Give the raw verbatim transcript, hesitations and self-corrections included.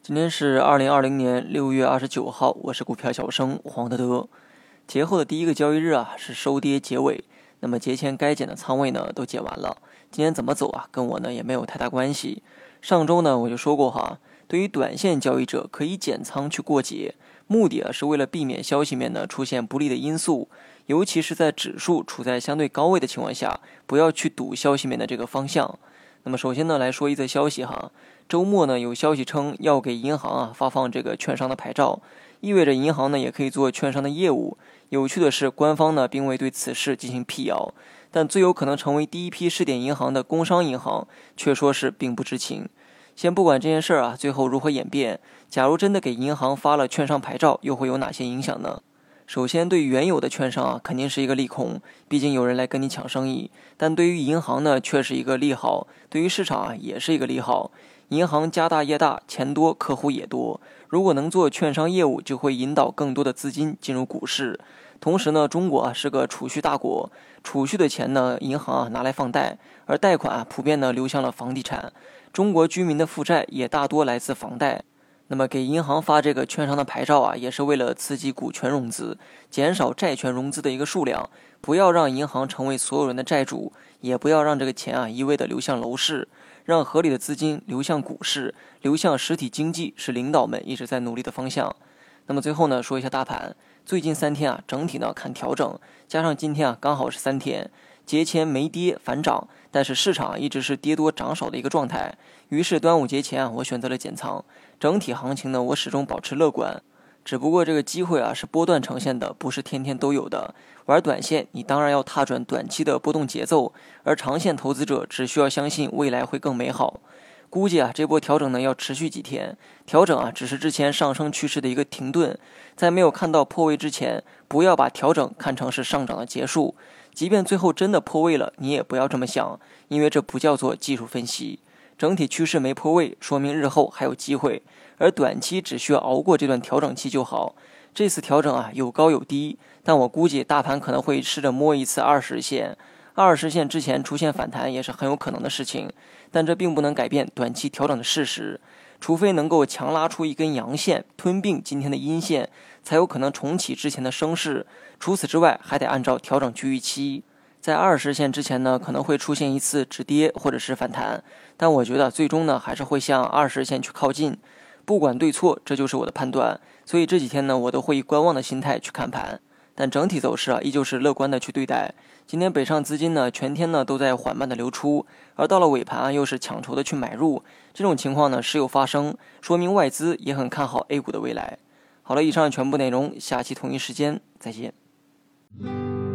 今天是二零二零年六月二十九号，我是股票小生黄德德。节后的第一个交易日啊，是收跌结尾，那么节前该减的仓位呢都减完了。今天怎么走啊，跟我呢也没有太大关系。上周呢我就说过哈，对于短线交易者可以减仓去过节，目的啊是为了避免消息面呢出现不利的因素，尤其是在指数处在相对高位的情况下，不要去赌消息面的这个方向。那么首先呢来说一则消息哈，周末呢有消息称要给银行啊发放这个券商的牌照，意味着银行呢也可以做券商的业务。有趣的是，官方呢并未对此事进行辟谣，但最有可能成为第一批试点银行的工商银行却说是并不知情。先不管这件事啊最后如何演变，假如真的给银行发了券商牌照，又会有哪些影响呢？首先，对于原有的券商啊，肯定是一个利空，毕竟有人来跟你抢生意。但对于银行呢，却是一个利好，对于市场啊，也是一个利好。银行家大业大，钱多，客户也多。如果能做券商业务，就会引导更多的资金进入股市。同时呢，中国啊是个储蓄大国，储蓄的钱呢，银行啊拿来放贷，而贷款啊普遍呢流向了房地产。中国居民的负债也大多来自房贷。那么给银行发这个券商的牌照啊，也是为了刺激股权融资，减少债权融资的一个数量，不要让银行成为所有人的债主，也不要让这个钱啊一味的流向楼市，让合理的资金流向股市，流向实体经济，是领导们一直在努力的方向。那么最后呢，说一下大盘，最近三天啊，整体呢看调整，加上今天啊刚好是三天，节前没跌反涨，但是市场一直是跌多涨少的一个状态，于是端午节前啊，我选择了减仓。整体行情呢，我始终保持乐观，只不过这个机会啊是波段呈现的，不是天天都有的。玩短线，你当然要踏准短期的波动节奏，而长线投资者只需要相信未来会更美好。估计啊，这波调整呢要持续几天，调整啊只是之前上升趋势的一个停顿，在没有看到破位之前，不要把调整看成是上涨的结束。即便最后真的破位了，你也不要这么想，因为这不叫做技术分析。整体趋势没破位，说明日后还有机会，而短期只需要熬过这段调整期就好。这次调整啊有高有低，但我估计大盘可能会试着摸一次二十线，二十线之前出现反弹也是很有可能的事情，但这并不能改变短期调整的事实，除非能够强拉出一根阳线，吞并今天的阴线，才有可能重启之前的升势。除此之外，还得按照调整区域期。在二十线之前呢，可能会出现一次止跌或者是反弹，但我觉得最终呢还是会向二十线去靠近。不管对错，这就是我的判断。所以这几天呢，我都会以观望的心态去看盘，但整体走势啊，依旧是乐观的去对待。今天北上资金呢，全天呢都在缓慢的流出，而到了尾盘啊，又是抢筹的去买入，这种情况呢时有发生，说明外资也很看好 A 股的未来。好了，以上全部内容，下期同一时间再见。